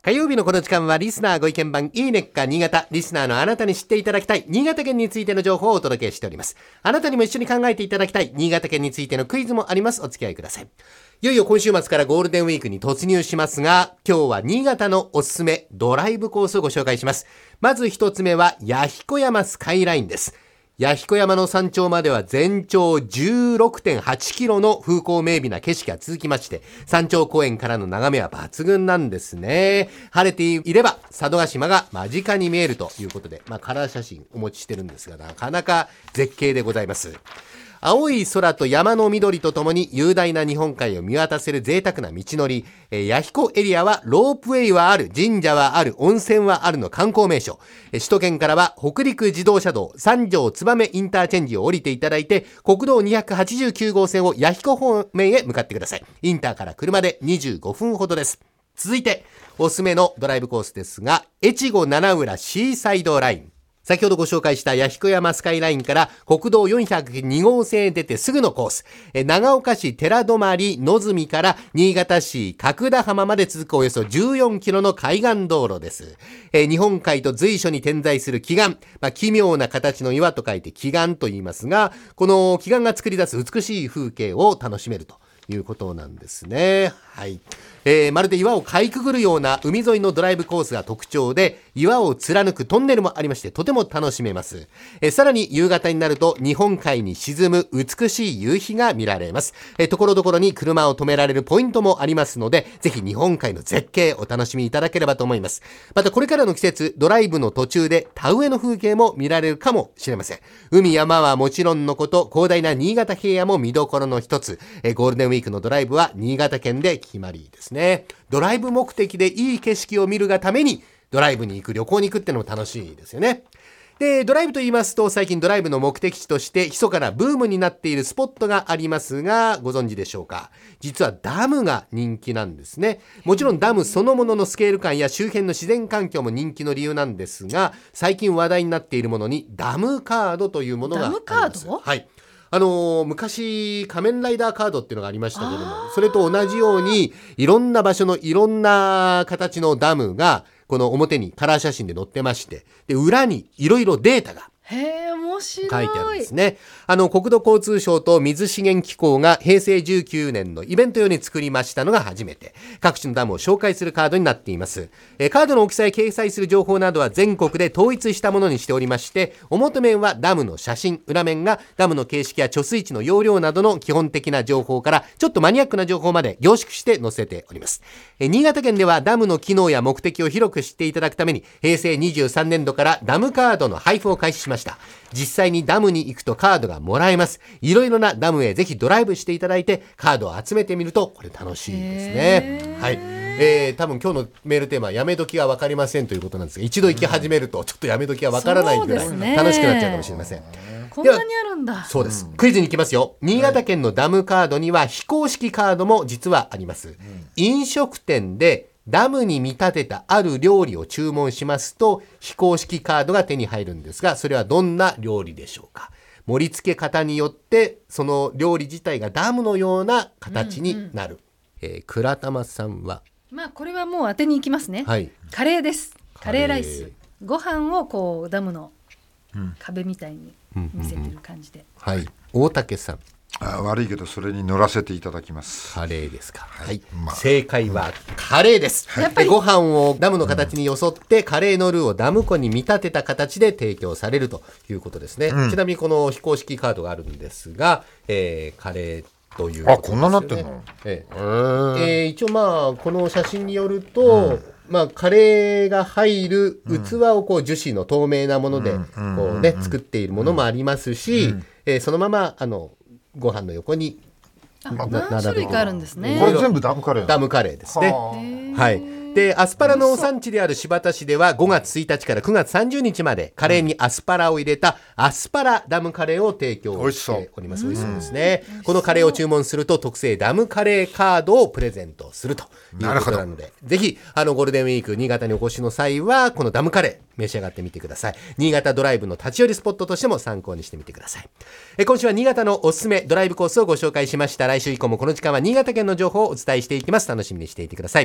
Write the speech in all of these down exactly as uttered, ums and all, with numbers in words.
火曜日のこの時間はリスナーご意見番いいねっか新潟。リスナーのあなたに知っていただきたい新潟県についての情報をお届けしております。あなたにも一緒に考えていただきたい新潟県についてのクイズもあります。お付き合いください。いよいよ今週末からゴールデンウィークに突入しますが、今日は新潟のおすすめドライブコースをご紹介します。まず一つ目は弥彦山スカイラインです。弥彦山の山頂までは全長 じゅうろくてんはちキロの風光明媚な景色が続きまして、山頂公園からの眺めは抜群なんですね。晴れていれば佐渡島が間近に見えるということで、まあ、カラー写真お持ちしてるんですが、なかなか絶景でございます。青い空と山の緑とともに雄大な日本海を見渡せる贅沢な道のり。えー、弥彦エリアはロープウェイはある、神社はある、温泉はあるの観光名所。えー、首都圏からは北陸自動車道三条燕インターチェンジを降りていただいて、国道にひゃくはちじゅうきゅうごうせんを弥彦方面へ向かってください。インターから車でにじゅうごふんほどです。続いておすすめのドライブコースですが、越後七浦シーサイドライン。先ほどご紹介した弥彦山スカイラインから国道よんひゃくにごうせんへ出てすぐのコース。長岡市寺泊野住から新潟市角田浜まで続くおよそじゅうよんキロの海岸道路です。日本海と随所に点在する奇岩。まあ、奇妙な形の岩と書いて奇岩と言いますが、この奇岩が作り出す美しい風景を楽しめるということなんですね。はい。えー、まるで岩をかいくぐるような海沿いのドライブコースが特徴で、岩を貫くトンネルもありまして、とても楽しめます。えー、さらに夕方になると日本海に沈む美しい夕日が見られます。えー、ところどころに車を止められるポイントもありますので、ぜひ日本海の絶景お楽しみいただければと思います。またこれからの季節、ドライブの途中で田植えの風景も見られるかもしれません。海山はもちろんのこと、広大な新潟平野も見どころの一つ。えー、ゴールデンウィークのドライブは新潟県で決まりですね。ドライブ目的でいい景色を見るがためにドライブに行く、旅行に行くってのも楽しいですよね。で、ドライブと言いますと、最近ドライブの目的地として密かなブームになっているスポットがありますが、ご存知でしょうか。実はダムが人気なんですね。もちろんダムそのもののスケール感や周辺の自然環境も人気の理由なんですが、最近話題になっているものにダムカードというものがあります。 ダムカード？ はい。あのー、昔仮面ライダーカードっていうのがありましたけども、それと同じようにいろんな場所のいろんな形のダムがこの表にカラー写真で載ってまして、で裏にいろいろデータがへー、面白い。 書いてあるんですね。あの国土交通省と水資源機構がへいせいじゅうきゅうねんのイベント用に作りましたのが初めて、各地のダムを紹介するカードになっています。えカードの大きさや掲載する情報などは全国で統一したものにしておりまして、表面はダムの写真、裏面がダムの形式や貯水池の容量などの基本的な情報からちょっとマニアックな情報まで凝縮して載せております。え新潟県ではダムの機能や目的を広く知っていただくためにへいせいにじゅうさんねんどからダムカードの配布を開始しました。実際にダムに行くとカードがもらえます。いろいろなダムへぜひドライブしていただいてカードを集めてみるとこれ楽しいですね。はい。えー、多分今日のメールテーマはやめ時が分かりませんということなんですが、一度行き始めるとちょっとやめ時が分からないぐらい楽しくなっちゃうかもしれません。 こんなにあるんだ。 そうです。クイズに行きますよ。新潟県のダムカードには非公式カードも実はあります。飲食店でダムに見立てたある料理を注文しますと非公式カードが手に入るんですが、それはどんな料理でしょうか。盛り付け方によってその料理自体がダムのような形になる。うんうん、えー、倉玉さんは、 まあこれはもう当てに行きますね。はい、カレーです。カレーライス。ご飯をこうダムの壁みたいに見せてる感じで。 うんうんうん、はい。大竹さん。 あ、悪いけどそれに乗らせていただきます。 カレーですか。はい、まあ、正解はカレーです。やっぱりご飯をダムの形によそって、うん、カレーのルーをダム湖に見立てた形で提供されるということですね。うん、ちなみにこの非公式カードがあるんですが、えー、カレーということですよね。 あ、こんななってんの。 えーえー、一応まあこの写真によると、うん、まあ、カレーが入る器をこう樹脂の透明なものでこうね作っているものもありますし、うん、えー、そのままあのご飯の横に何種類かあるんですね。 これ全部ダムカレー。 ダムカレーですね。はい。でアスパラの産地である新発田市ではごがつついたちからくがつさんじゅうにちまでカレーにアスパラを入れたアスパラダムカレーを提供しております。美味しそうですね。このカレーを注文すると特製ダムカレーカードをプレゼントするということなので、ぜひあのゴールデンウィーク新潟にお越しの際はこのダムカレー召し上がってみてください。新潟ドライブの立ち寄りスポットとしても参考にしてみてください。え今週は新潟のおすすめドライブコースをご紹介しました。来週以降もこの時間は新潟県の情報をお伝えしていきます。楽しみにしていてください。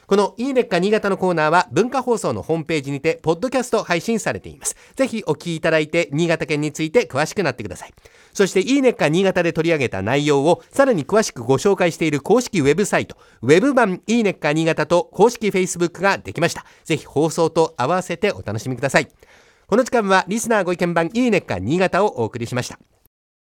このいいねっか新潟のコーナーは文化放送のホームページにてポッドキャスト配信されています。ぜひお聞きいただいて新潟県について詳しくなってください。そしていいねっか新潟で取り上げた内容をさらに詳しくご紹介している公式ウェブサイト、ウェブ版いいねっか新潟と公式 Facebook ができました。ぜひ放送と合わせてお楽しみください。この時間はリスナーご意見番いいねっか新潟をお送りしました。